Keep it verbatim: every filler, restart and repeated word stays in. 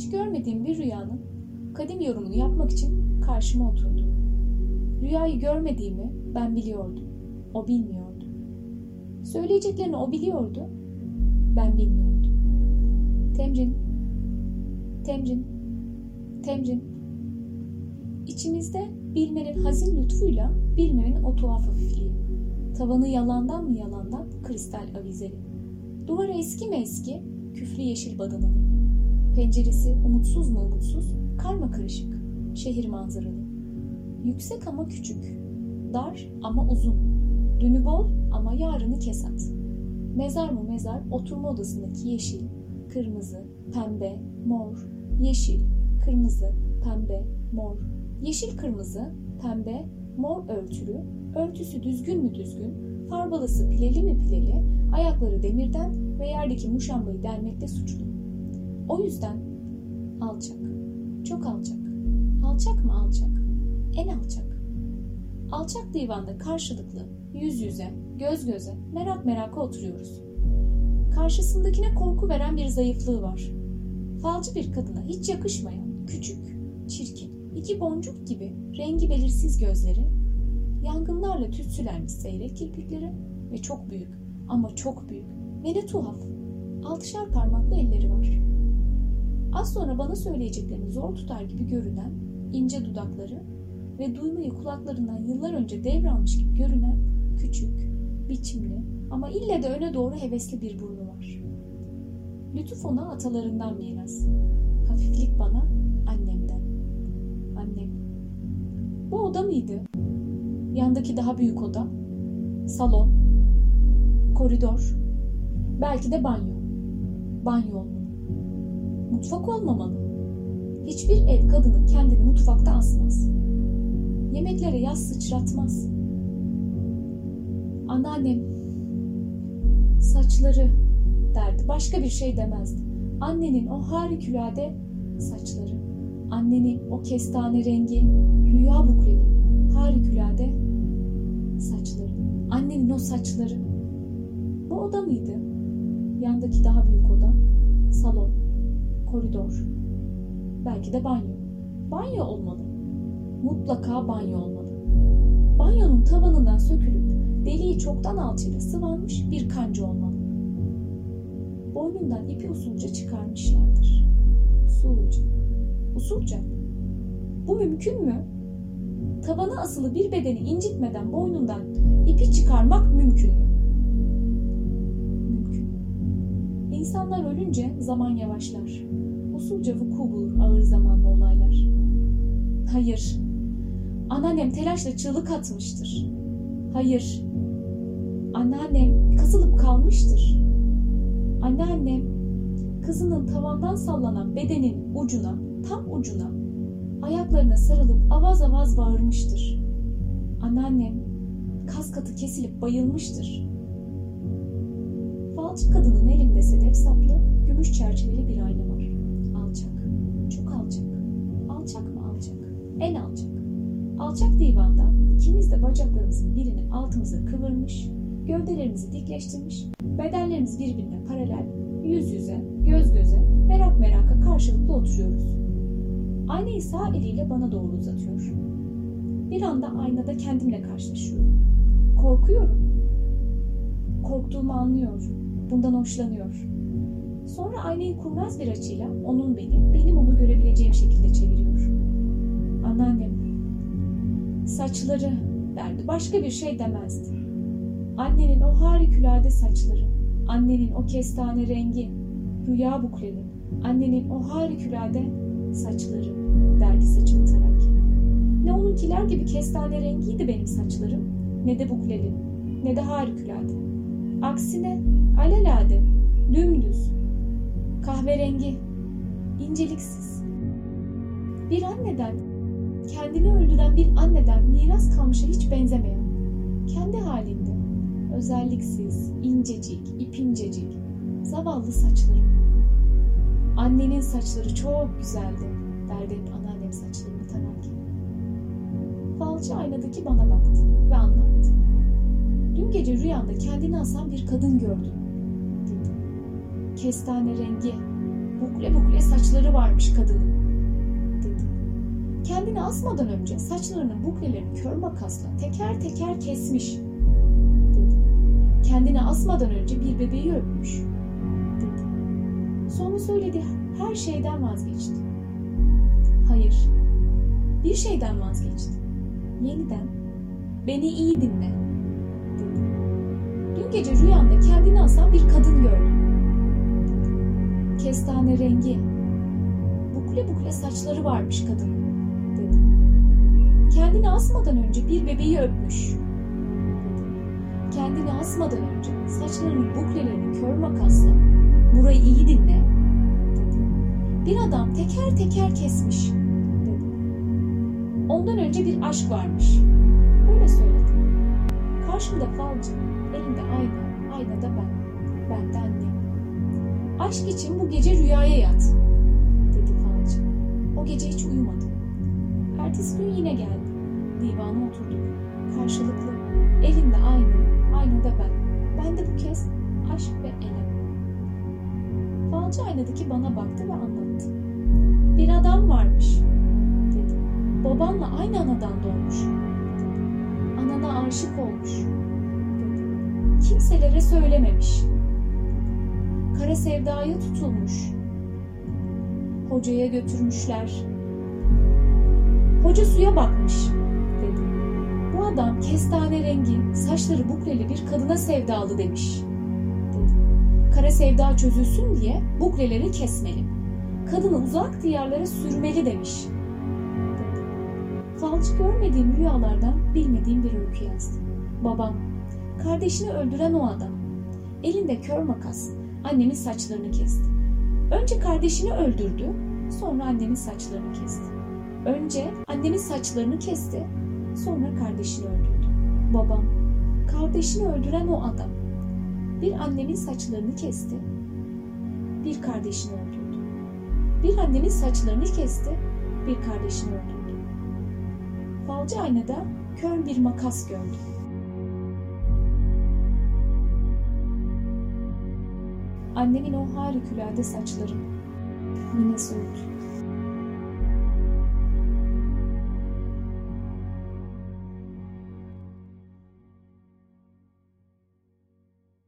Hiç görmediğim bir rüyanın kadim yorumunu yapmak için karşıma oturdu. Rüyayı görmediğimi ben biliyordum. O bilmiyordu. Söyleyeceklerini o biliyordu. Ben bilmiyordum. Temrin, temrin, temrin. İçimizde bilmenin hazin lütfuyla bilmemenin o tuhaf hafifliği. Tavanı yalandan mı yalandan kristal avizeli. Duvarı eski mi eski, küflü yeşil badanalı. Penceresi umutsuz mu umutsuz, karma karışık, şehir manzaralı. Yüksek ama küçük, dar ama uzun. Dünü bol ama yarını kesat. Mezar mı mezar, oturma odasındaki yeşil, kırmızı, pembe, mor, yeşil, kırmızı, pembe, mor, yeşil, kırmızı, pembe, mor örtülü, örtüsü düzgün mü düzgün, farbalısı pileli mi pileli, ayakları demirden ve yerdeki muşambayı delmekte suçlu. O yüzden alçak, çok alçak, alçak mı alçak, en alçak. Alçak divanda karşılıklı, yüz yüze, göz göze, merak meraka oturuyoruz. Karşısındakine korku veren bir zayıflığı var. Falcı bir kadına hiç yakışmayan, küçük, çirkin, iki boncuk gibi rengi belirsiz gözleri, yangınlarla tütsülenmiş seyrek kirpikleri ve çok büyük ama çok büyük ve de tuhaf, altışar parmaklı elleri var. Az sonra bana söyleyeceklerini zor tutar gibi görünen ince dudakları ve duymayı kulaklarından yıllar önce devralmış gibi görünen küçük, biçimli ama ille de öne doğru hevesli bir burnu var. Lütuf ona atalarından miras, hafiflik bana annemden. Annem. Bu oda mıydı? Yandaki daha büyük oda, salon, koridor, belki de banyo. Banyo olmalı. Mutfak olmamalı. Hiçbir ev kadını kendini mutfakta asmaz. Yemeklere yas sıçratmaz. Anneannem saçları derdi. Başka bir şey demezdi. Annenin o harikulade saçları. Annenin o kestane rengi, rüya bukleli, harikulade saçları. Annenin o saçları. Bu oda mıydı? Yandaki daha büyük oda, salon, koridor, belki de banyo. Banyo olmalı. Mutlaka banyo olmalı. Banyonun tavanından sökülüp deliği çoktan alçıyla sıvanmış bir kanca olmalı. Boynundan ipi usulca çıkarmışlardır. Usulca. Usulca. Bu mümkün mü? Tavana asılı bir bedeni incitmeden boynundan ipi çıkarmak mümkün mü? Mümkün. İnsanlar ölünce zaman yavaşlar. Usulca vuku bulur ağır zamanlı olaylar. Hayır. Anneannem telaşla çığlık atmıştır. Hayır. Anneannem kasılıp kalmıştır. Anneannem kızının tavandan sallanan bedenin ucuna, tam ucuna, ayaklarına sarılıp avaz avaz bağırmıştır. Anneannem kas katı kesilip bayılmıştır. Falcı kadının elinde sedef saplı, gümüş çerçeveli bir ayna var. Alçak, çok alçak. Alçak mı alçak? En alçak. Alçak divanda ikimiz de bacaklarımızın birini altımıza kıvırmış, gövdelerimizi dikleştirmiş, bedenlerimiz birbirine paralel, yüz yüze, göz göze, merak meraka karşılıklı oturuyoruz. Aynayı sağ eliyle bana doğru uzatıyor. Bir anda aynada kendimle karşılaşıyorum. Korkuyorum. Korktuğumu anlıyor. Bundan hoşlanıyor. Sonra aynayı kurnaz bir açıyla onun beni, benim onu görebileceğim şekilde çeviriyor. Anneannem, saçları derdi. Başka bir şey demezdi. Annenin o harikulade saçları, annenin o kestane rengi, rüya bukleli, annenin o harikulade saçları derdi saçını tararken. Ne onunkiler gibi kestane rengiydi benim saçlarım, ne de bukleli, ne de harikulade. Aksine alelade, dümdüz, kahverengi, inceliksiz. Bir anneden, kendini öldüren bir anneden miras kalmışa hiç benzemeyen, kendi halinde, özelliksiz, incecik, ipincecik, zavallı saçlarım. Annenin saçları çok güzeldi, derdi hep anneannem saçlarını tararken. Falcı aynadaki bana baktı ve anlattı. Dün gece rüyanda kendini asan bir kadın gördüm, dedi. Kestane rengi, bukle bukle saçları varmış kadının, dedi. Kendini asmadan önce saçlarının buklelerini kör makasla teker teker kesmiş, dedi. Kendini asmadan önce bir bebeği öpmüş, dedi. Sonra söylediği her şeyden vazgeçti. Hayır, bir şeyden vazgeçti. Yeniden, beni iyi dinle, dedi. Dün gece rüyanda kendini asan bir kadın gördüm, dedi. Kestane rengi, bukle bukle saçları varmış kadının, dedi. Kendini asmadan önce bir bebeği öpmüş, dedi. Kendini asmadan önce saçlarının buklelerini kör makasla, burayı iyi dinle, dedi. Bir adam teker teker kesmiş, dedi. Ondan önce bir aşk varmış. Böyle söyledi. Karşımda falcı, elinde ayna, aynada ben, ben de annem. Aşk için bu gece rüyaya yat, dedi falcı. O gece hiç uyumadım. Ertesi gün yine geldi. Divana oturduk. Karşılıklı. Elinde ayna, aynada ben. Ben de bu kez aşk ve elem. Falcı aynadaki bana baktı ve anlattı. Bir adam varmış, dedi. Babanla aynı anadan doğmuş, dedi. Anana aşık olmuş, dedi. Kimselere söylememiş, dedi. Kara sevdaya tutulmuş. Hocaya götürmüşler. Hoca suya bakmış, dedi. Bu adam kestane rengi, saçları bukleli bir kadına sevdalı demiş, dedi. Kara sevda çözülsün diye bukleleri kesmeli. Kadını uzak diyarlara sürmeli demiş, dedi. Falcı görmediğim rüyalardan bilmediğim bir öykü yazdı. Babam, kardeşini öldüren o adam. Elinde kör makas, annemin saçlarını kesti. Önce kardeşini öldürdü, sonra annemin saçlarını kesti. Önce annemin saçlarını kesti, sonra kardeşini öldürdü. Babam, kardeşini öldüren o adam. Bir annemin saçlarını kesti, bir kardeşini öldürdü. Bir annemin saçlarını kesti, bir kardeşini öldürdü. Falcı aynada kör bir makas gördü. Annemin o harikulade saçları. Yine soğudu.